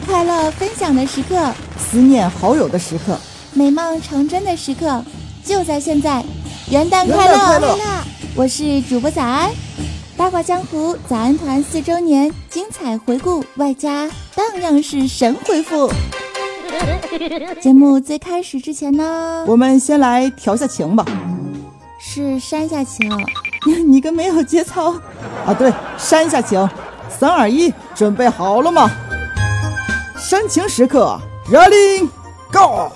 快乐分享的时刻， 思念好友的时刻， 美梦成真的时刻，就在现在。元旦快乐！我是主播早安，八卦江湖早安团4周年精彩回顾，外加当样式神回复。节目最开始之前呢， 我们先来调下情吧。 是山下情。 你跟没有节操啊？对，山下情。3、2、1，准备好了吗？煽情时刻 ，Ready Go！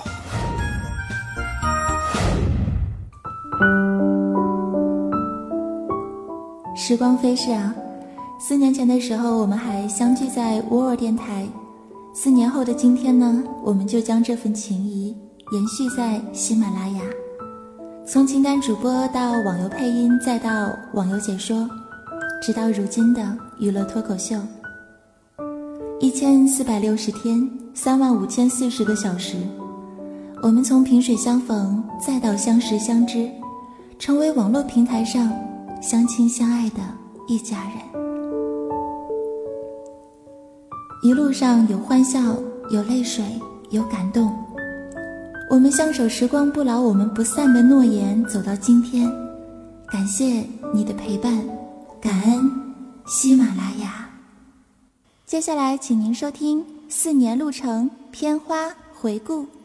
时光飞逝啊，4年前的时候，我们还相聚在沃尔电台。4年后的今天呢，我们就将这份情谊延续在喜马拉雅。从情感主播到网游配音，再到网游解说，直到如今的娱乐脱口秀。1460天，35040个小时，我们从萍水相逢，再到相识相知，成为网络平台上相亲相爱的一家人。一路上有欢笑，有泪水，有感动。我们相守时光不老，我们不散的诺言，走到今天。感谢你的陪伴，感恩喜马拉雅。接下来请您收听4年路程片花回顾。无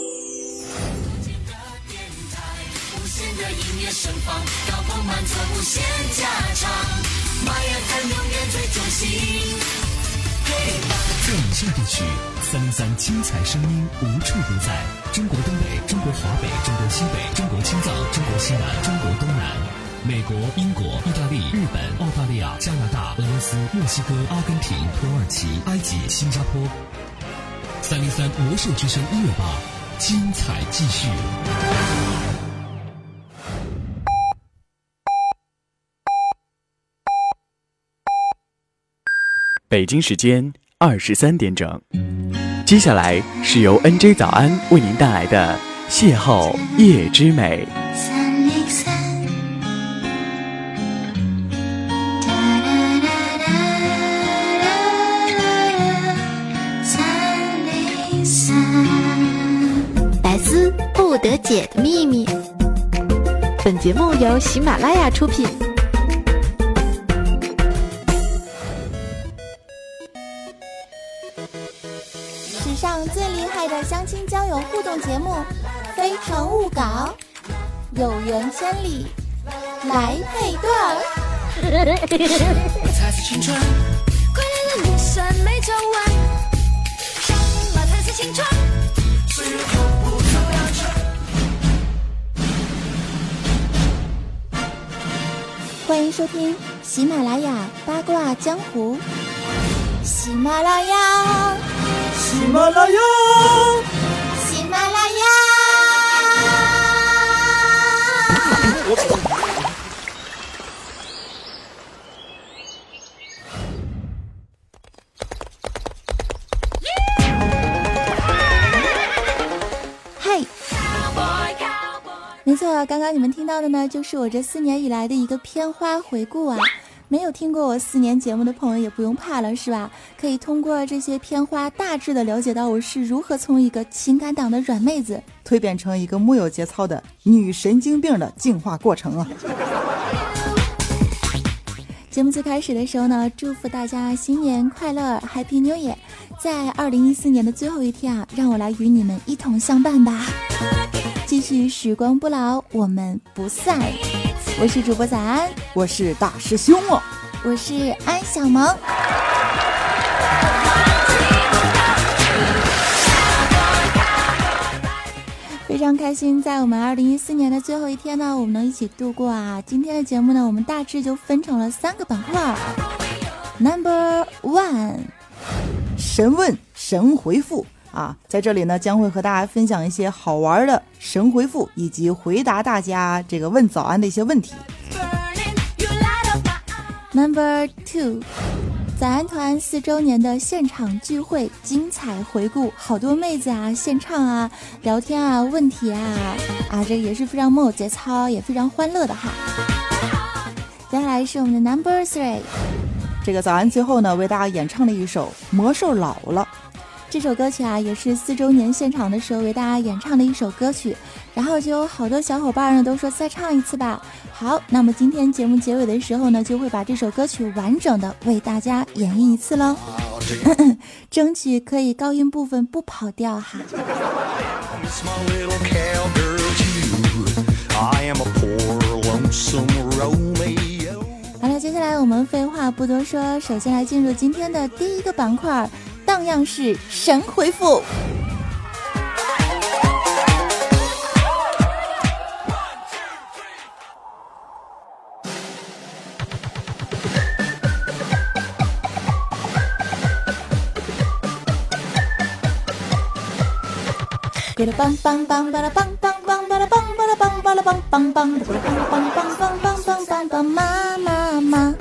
限的音乐盛放，高朋满座无限家常，马雅团永远最中心。 在以上地区，303精彩声音无处不在。中国东北、中国华北、中国西北、中国青藏、中国西南、中国东南，美国、英国、意大利、日本、澳大利亚、加拿大、俄罗斯、墨西哥、阿根廷、土耳其、埃及、新加坡。303魔兽之声1月8，精彩继续。 北京时间23点整，接下来是由 NJ 早安为您带来的邂逅夜之美。 百思不得解的秘密。本节目由喜马拉雅出品。 史上最厉害的相亲交友互动节目《非诚勿扰》，有缘千里来配对儿。 才是青春，快乐的女生没皱纹，什么才是青春？最后不走阳春。 欢迎收听喜马拉雅八卦江湖。喜马拉雅， 喜马拉雅， 喜马拉雅。嗨，没错，刚刚你们听到的呢，就是我这4年以来的一个片花回顾啊。没有听过我4年节目的朋友也不用怕了，是吧？可以通过这些片花大致的了解到我是如何从一个情感党的软妹子蜕变成一个木有节操的女神经病的进化过程啊！ 节目最开始的时候呢，祝福大家新年快乐 Happy New Year。 在2014年的最后一天啊，让我来与你们一同相伴吧，继续时光不老，我们不散。我是主播早安， 我是大师兄啊， 我是安小萌。非常开心，在我们2014年的最后一天呢，我们能一起度过啊。今天的节目呢，我们大致就分成了3个板块。Number 1， 神问神回复啊，在这里呢将会和大家分享一些好玩的神回复，以及回答大家这个问早安的一些问题。 Number 2， 早安团4周年的现场聚会精彩回顾，好多妹子啊现唱啊聊天啊问题啊这个也是非常有节操也非常欢乐的哈。接下来是我们的 Number 3， 这个早安最后呢为大家演唱了一首魔兽老了。 这首歌曲啊，也是4周年现场的时候为大家演唱的一首歌曲，然后就有好多小伙伴呢都说再唱一次吧。好，那么今天节目结尾的时候呢，就会把这首歌曲完整的为大家演绎一次喽，争取可以高音部分不跑调哈。好了，接下来我们废话不多说，首先来进入今天的第一个板块，当样是神回复。给了梆梆梆巴拉梆梆梆巴拉梆巴拉梆巴拉梆梆梆巴拉梆梆梆梆梆梆梆妈妈妈，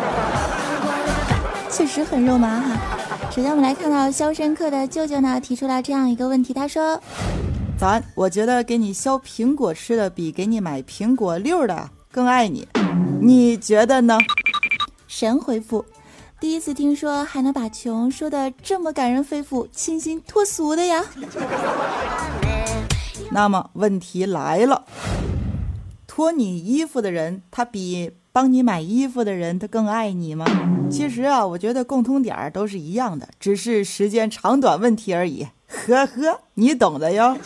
确实很肉麻哈。首先我们来看到肖申克的舅舅呢提出了这样一个问题，他说： 早安，我觉得给你削苹果吃的比给你买苹果粒的更爱你，你觉得呢？ 神回复：第一次听说还能把穷说的这么感人肺腑、清新脱俗的呀。 那么问题来了，脱你衣服的人，他比帮你买衣服的人他更爱你吗？其实啊，我觉得共通点都是一样的，只是时间长短问题而已。呵呵，你懂的哟。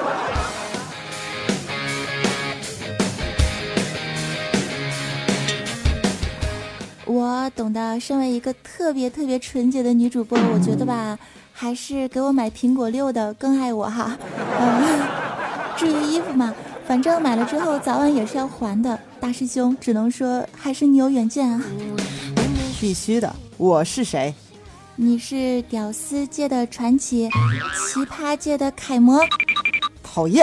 我懂得，身为一个特别纯洁的女主播，我觉得吧，还是给我买苹果六的更爱我哈。至于衣服嘛，反正买了之后早晚也是要还的。大师兄，只能说还是你有远见啊。 必须的，我是谁？ 你是屌丝界的传奇，奇葩界的楷模。 讨厌。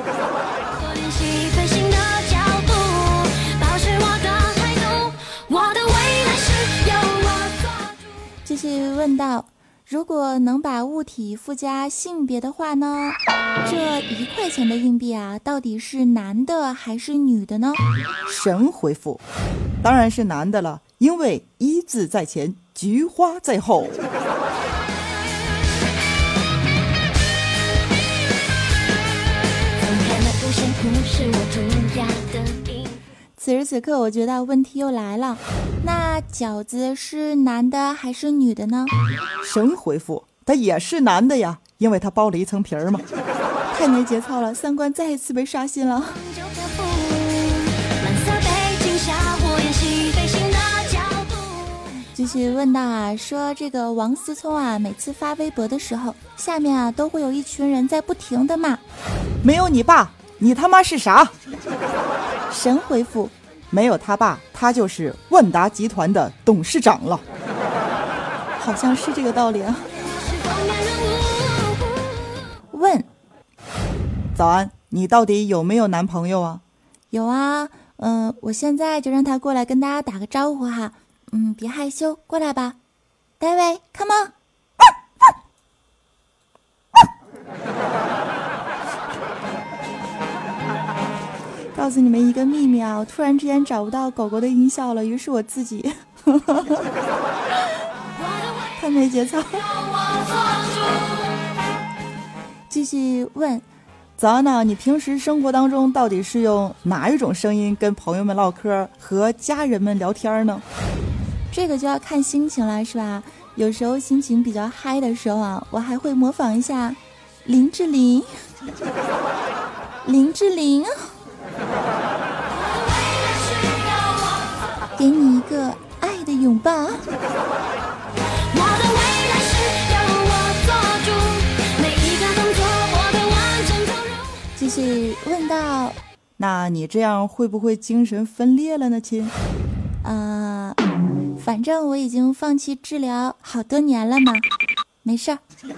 继续问道，如果能把物体附加性别的话呢，这1块钱的硬币啊，到底是男的还是女的呢？ 神回复：当然是男的了，因为一字在前，菊花在后。 此时此刻，我觉得问题又来了，那饺子是男的还是女的呢？ 神回复：他也是男的呀，因为他包了一层皮儿嘛。 太没节操了，三观再一次被刷新了。继续问到啊，说这个王思聪啊，每次发微博的时候，下面啊都会有一群人在不停的骂： 没有你爸，你他妈是啥？ 神回复： 没有他爸，他就是万达集团的董事长了。 好像是这个道理啊。问： 早安，你到底有没有男朋友啊？ 有啊，我现在就让他过来跟大家打个招呼哈。别害羞，过来吧 David come on。 告诉你们一个秘密啊，我突然之间找不到狗狗的音效了，于是我自己太没节操。继续问， 早安呢，你平时生活当中到底是用哪一种声音跟朋友们唠嗑和家人们聊天呢？ 这个就要看心情了是吧？有时候心情比较嗨的时候啊，我还会模仿一下林志玲。林志玲，给你一个爱的拥抱。继续问到， 那你这样会不会精神分裂了呢，亲？ 反正我已经放弃治疗好多年了嘛，没事儿。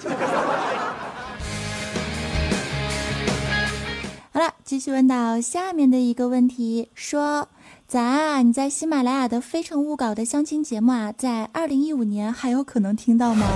好了，继续问到下面的一个问题，说早安啊，你在喜马拉雅的《非诚勿扰》的相亲节目啊，在2015年还有可能听到吗？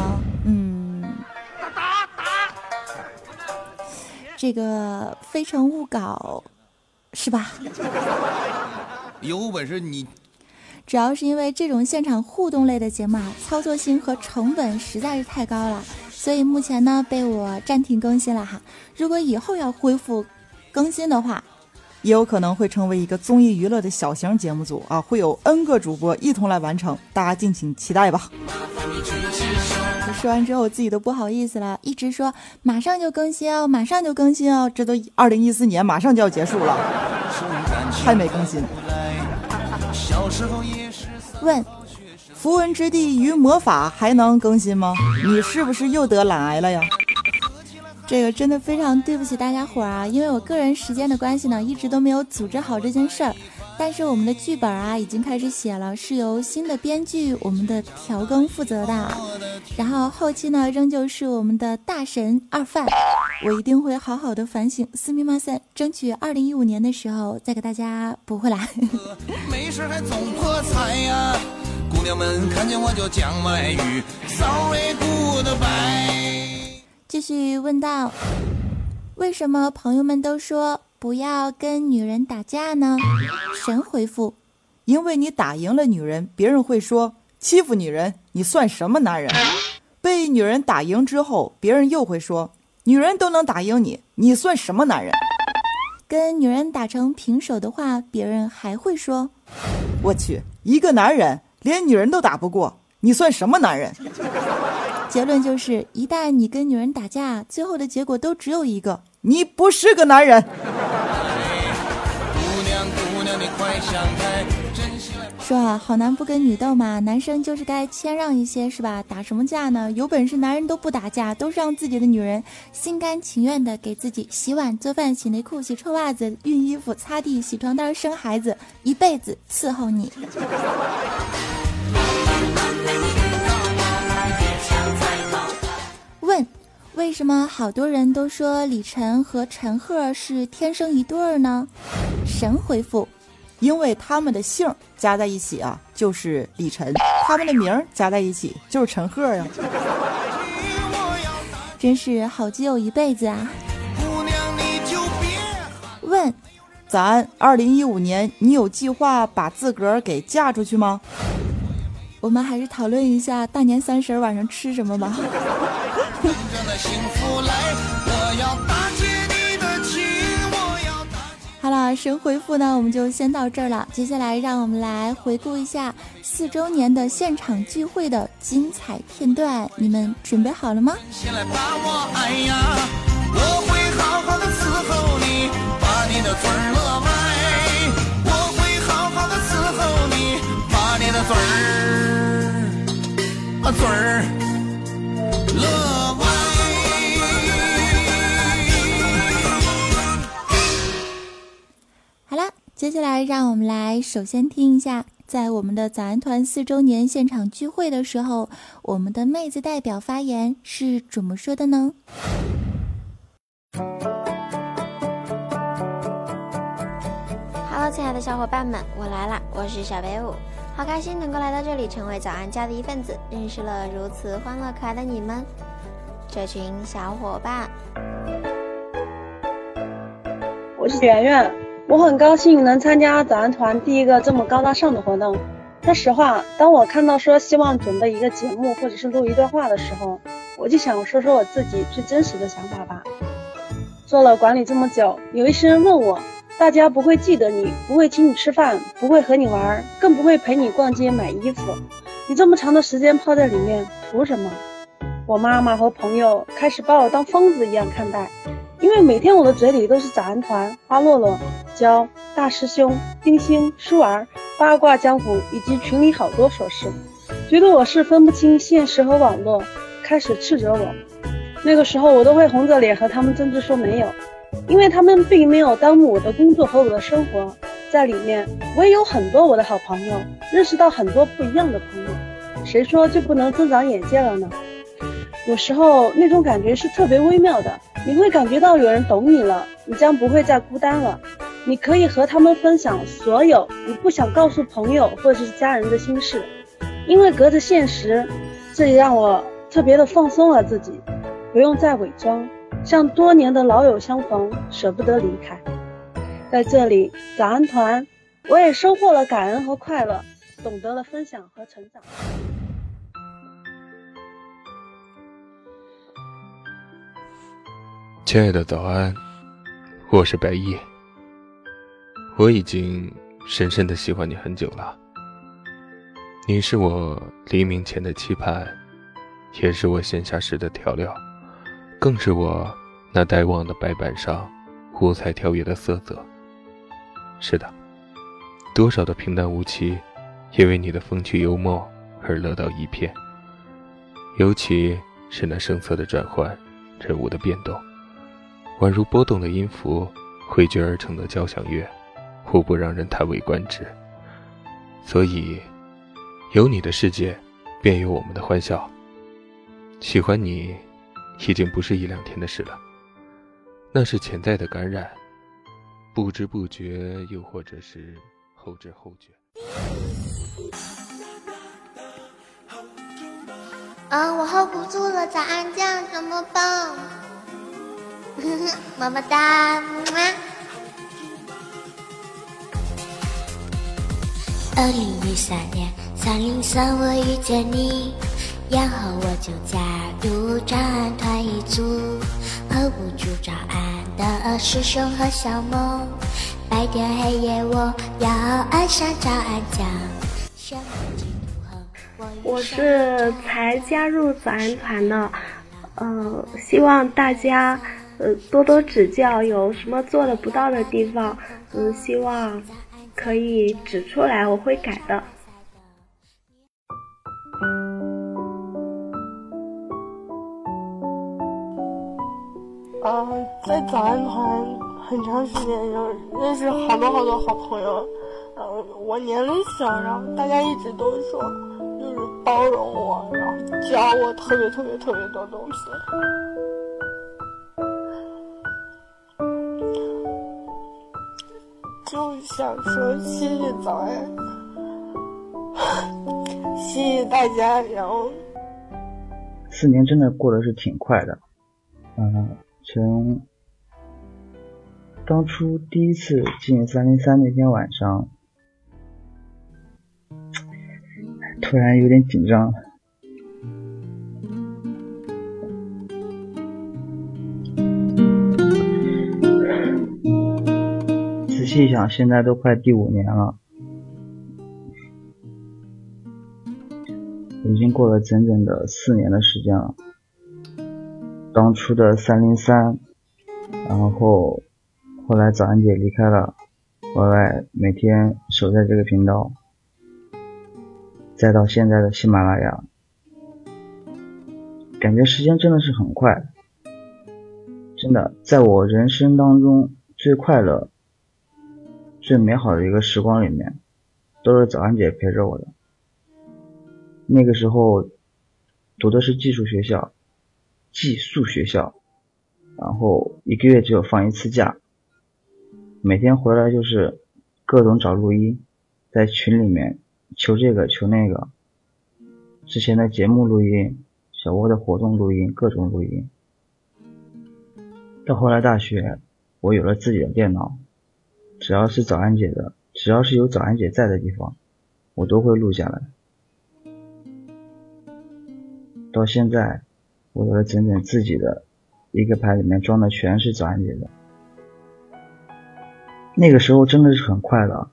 这个《非诚勿扰》是吧？ 有本事你。 主要是因为这种现场互动类的节目啊，操作性和成本实在是太高了，所以目前呢被我暂停更新了哈。如果以后要恢复更新的话， 也有可能会成为一个综艺娱乐的小型节目组啊，会有 N 个主播一同来完成，大家敬请期待吧。 说完之后我自己都不好意思了，一直说马上就更新哦，马上就更新哦， 这都2014年马上就要结束了，还没更新。 问： 符文之地与魔法还能更新吗？你是不是又得懒癌了呀？ 这个真的非常对不起大家伙啊，因为我个人时间的关系呢，一直都没有组织好这件事儿。但是我们的剧本啊已经开始写了，是由新的编剧我们的调更负责的，然后后期呢仍旧是我们的大神二范，我一定会好好的反省斯密马森，争取2015年的时候再给大家补回来。 没事还总破财呀，姑娘们看见我就讲外语 Sorry goodbye。 继续问到，为什么朋友们都说不要跟女人打架呢？神回复： 因为你打赢了女人，别人会说欺负女人你算什么男人。被女人打赢之后，别人又会说女人都能打赢你，你算什么男人。 跟女人打成平手的话，别人还会说我去，一个男人连女人都打不过，你算什么男人。 结论就是，一旦你跟女人打架，最后的结果都只有一个， 你不是个男人。 说啊，好男不跟女斗嘛，男生就是该谦让一些，是吧？打什么架呢？有本事男人都不打架，都是让自己的女人心甘情愿的给自己洗碗、做饭、洗内裤、洗臭袜子、熨衣服、擦地、洗床单、生孩子，一辈子伺候你。问：为什么好多人都说李晨和陈赫是天生一对儿呢？神回复： 因为他们的姓加在一起啊就是李晨，他们的名加在一起就是陈赫呀。 真是好基友一辈子啊。问： 咱2015年你有计划把自个儿给嫁出去吗？ 我们还是讨论一下大年30晚上吃什么吧。好了，神回复呢我们就先到这儿了，接下来让我们来回顾一下4周年的现场聚会的精彩片段，你们准备好了吗？ 先来把我爱呀，我会好好的伺候你，把你的嘴儿乐歪，我会好好的伺候你，把你的嘴儿乐歪。 好了，接下来让我们来首先听一下，在我们的早安团4周年现场聚会的时候，我们的妹子代表发言是怎么说的呢？ 亲爱的小伙伴们，我来啦！我是小北舞，好开心能够来到这里，成为早安家的一份子，认识了如此欢乐可爱的你们，这群小伙伴。 我是圆圆，我很高兴能参加早安团第一个这么高大上的活动。说实话，当我看到说希望准备一个节目或者是录一段话的时候，我就想说说我自己最真实的想法吧。做了管理这么久，有一些人问我，大家不会记得你，不会请你吃饭，不会和你玩，更不会陪你逛街买衣服，你这么长的时间泡在里面图什么？我妈妈和朋友开始把我当疯子一样看待，因为每天我的嘴里都是早安团、花洛洛、娇、大师兄、丁星、舒儿、八卦江湖以及群里好多琐事，觉得我是分不清现实和网络，开始斥责我。那个时候我都会红着脸和他们争执说没有，因为他们并没有耽误我的工作和我的生活，在里面我也有很多我的好朋友，认识到很多不一样的朋友，谁说就不能增长眼界了呢？有时候那种感觉是特别微妙的，你会感觉到有人懂你了，你将不会再孤单了，你可以和他们分享所有你不想告诉朋友或者是家人的心事，因为隔着现实，这也让我特别的放松了自己，不用再伪装，像多年的老友相逢，舍不得离开。在这里早安团，我也收获了感恩和快乐， 懂得了分享和成长。 亲爱的早安，我是白夜。我已经深深地喜欢你很久了，你是我黎明前的期盼，也是我闲暇时的调料，更是我那呆望的白板上五彩跳跃的色泽。是的，多少的平淡无奇，因为你的风趣幽默而乐到一片。尤其是那声色的转换，人物的变动，宛如波动的音符汇聚而成的交响乐，互不让人叹为观止。所以有你的世界便有我们的欢笑。喜欢你已经不是一两天的事了，那是潜在的感染，不知不觉，又或者是后知后觉。 我 hold 不住了，早安这样怎么办？么么哒。2013年303我遇见你，然后我就加入早安团一组，hold不住早安的师兄和小梦，白天黑夜我要爱上早安酱。 我是才加入早安团的，希望大家多多指教，有什么做的不到的地方，希望可以指出来，我会改的。 在早安团很长时间，认识好多好朋友。我年龄小，然后大家一直都说就是包容我，然后教我特别多东西。就想说谢谢早安，谢谢大家。然后 4年真的过得是挺快的，从当初第一次进303那天晚上，突然有点紧张。仔细想，现在都快第5年了，已经过了整整的4年的时间了。当初的303，然后后来早安姐离开了，我来每天守在这个频道，再到现在的喜马拉雅，感觉时间真的是很快。真的，在我人生当中最快乐最美好的一个时光里面，都是早安姐陪着我的。那个时候读的是寄宿学校，然后1个月只有放1次假，每天回来就是各种找录音，在群里面求这个求那个，之前的节目录音，小窝的活动录音，各种录音。到后来大学，我有了自己的电脑，只要是早安姐的，只要是有早安姐在的地方，我都会录下来。到现在，我有了整整自己的一个牌，里面装的全是早安姐的。那个时候真的是很快乐。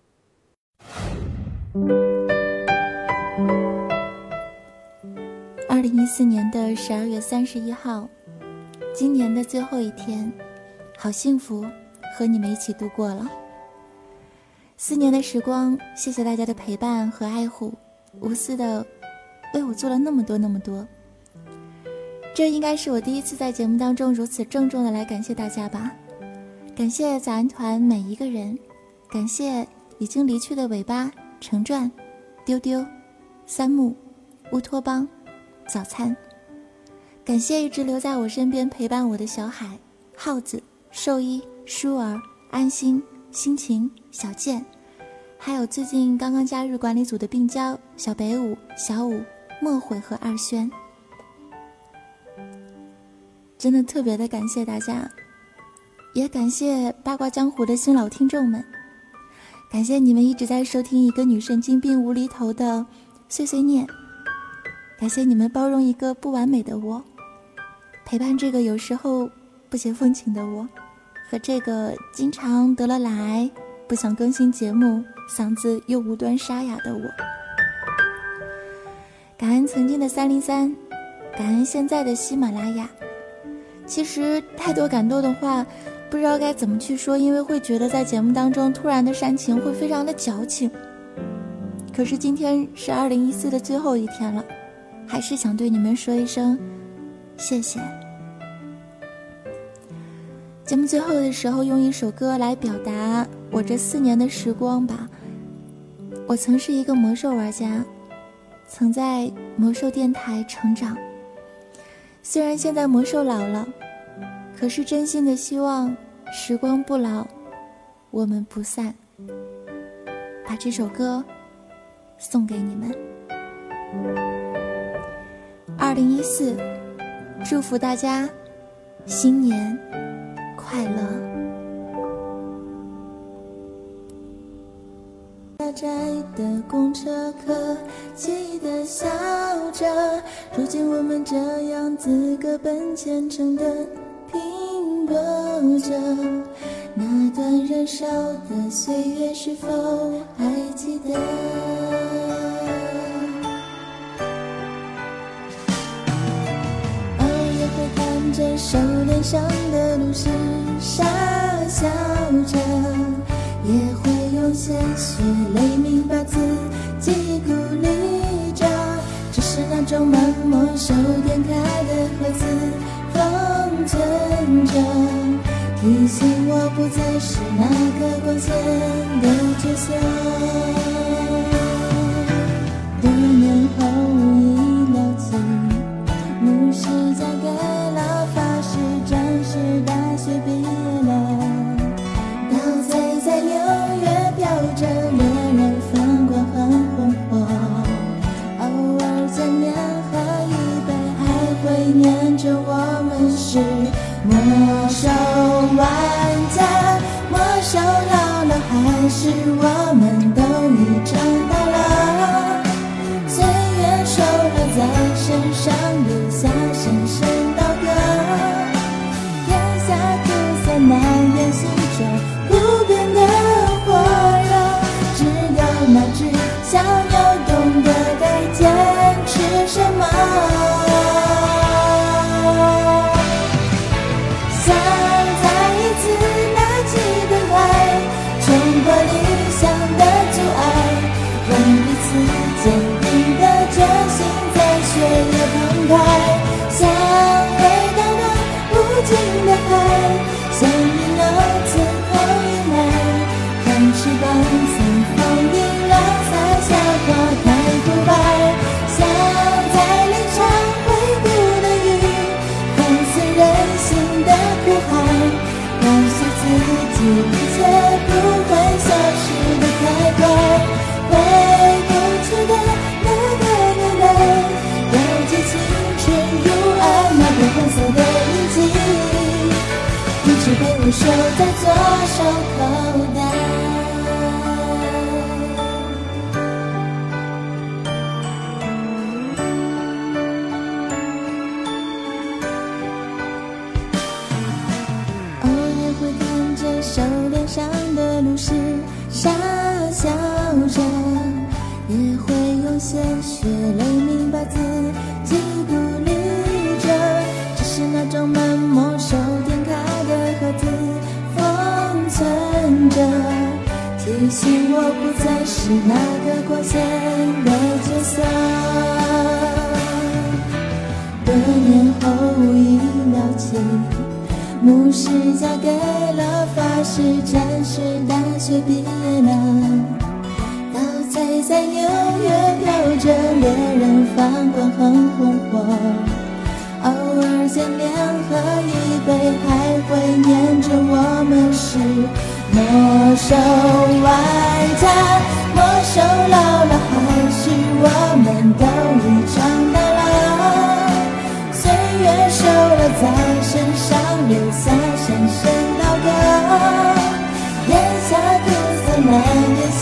2014年的12月31号，今年的最后一天，好幸福，和你们一起度过了4年的时光。谢谢大家的陪伴和爱护，无私的为我做了那么多。这应该是我第一次在节目当中如此郑重的来感谢大家吧。感谢早安团每一个人，感谢已经离去的尾巴、成传、丢丢、三木、乌托邦、早餐，感谢一直留在我身边陪伴我的小海、耗子、兽医、舒儿、安心、心情、小健，还有最近刚刚加入管理组的病娇、小北舞、小五、莫悔和二轩。真的特别的感谢大家，也感谢八卦江湖的新老听众们， 感谢你们一直在收听一个女神经病无厘头的碎碎念，感谢你们包容一个不完美的我，陪伴这个有时候不解风情的我，和这个经常得了懒癌不想更新节目嗓子又无端沙哑的我。感恩曾经的303，感恩现在的喜马拉雅。其实太多感动的话不知道该怎么去说，因为会觉得在节目当中突然的煽情会非常的矫情。可是今天是2014的最后一天了，还是想对你们说一声谢谢。节目最后的时候用一首歌来表达我这4年的时光吧。我曾是一个魔兽玩家，曾在魔兽电台成长，虽然现在魔兽老了，可是真心的希望时光不老，我们不散。把这首歌送给你们。2014，祝福大家新年快乐。狭窄的公车客气地笑着，如今我们这样子各奔前程的拼搏着，那段燃烧的岁月是否还记得？偶尔会看着手脸上的露湿傻笑着，也会用鲜血泪铭把自己鼓励着，只是那种慢没收点开的盒子封存着，提醒我不再是那个光鲜的角色。多年后无意了解，牧师嫁给了法师战士，大学毕业了，刀仔在纽约飘着，恋人饭馆很红火，偶尔见面喝一杯，还会念着我们是魔兽玩家，魔兽老了还是我们都已长大了，岁月瘦了在身上留下深深刀割，天下苦涩难言心中不变的火热，只有那只小牛懂得该坚持什么，想再一次拿起盾牌，冲破理想的阻碍，让彼此坚定的决心在血液澎湃，像回到那无尽的海，像婴儿刺透阴霾，让翅膀随风凌乱，洒下花开不败，像在淋上回顾的雨，放肆任性的哭喊，告诉自己一切不会消失的太快，回不去的那个年代，标记青春如爱那个红色的印记，一直被我收在左手口袋。偶尔会看着手脸上的露湿傻笑着，也会用鲜血泪铭把自己鼓励着，只是那种慢没收点开的盒子封存着，提醒我不再是那个光鲜的角色。多年后无意了解，牧师嫁给了法师战士，大学毕业了，刀仔在纽约飘着，猎人饭馆很红火，偶尔见面喝一杯，还会念着我们是魔兽玩家，魔兽老了还是我们都已长大了，岁月瘦了在身上留下深深刀割，咽下苦涩难言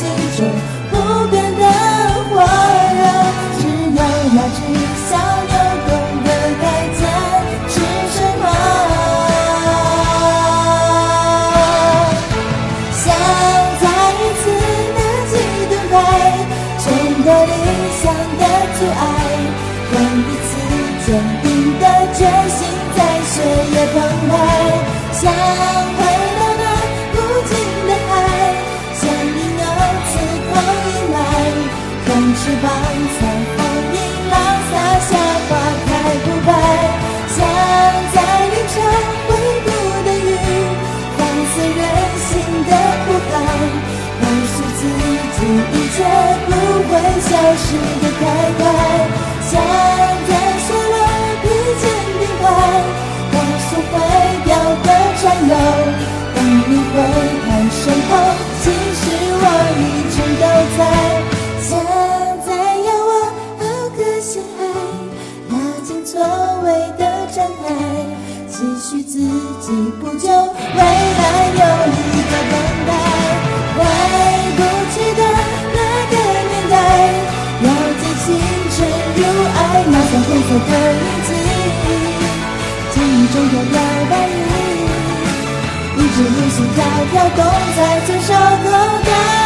坚定的决心在血液澎湃，想回到那无尽的海，像婴儿刺透阴霾，空翅膀在风迎浪洒下花开不败，像在凌晨回顾的雨，放肆任性的呼喊，告诉自己一切不会消失的开关，像在雪落披坚冰块，告诉会掉的战友，当你回看身后，其实我一直都在，像在遥望浩瀚星海，拉近错位的站台，期许自己不久未来有一个等待，回不去的那个年代，要记清沉入爱那条红色的印记，记忆中飘飘白云，一直无心跳跳动在左手口袋。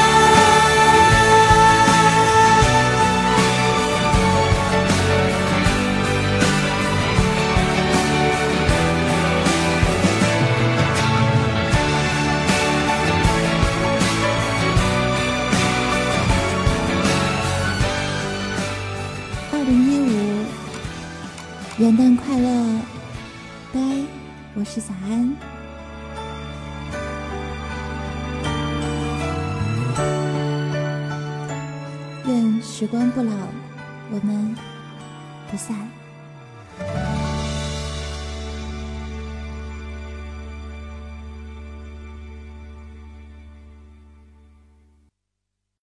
元旦快乐，拜！我是小安。愿时光不老，我们不散。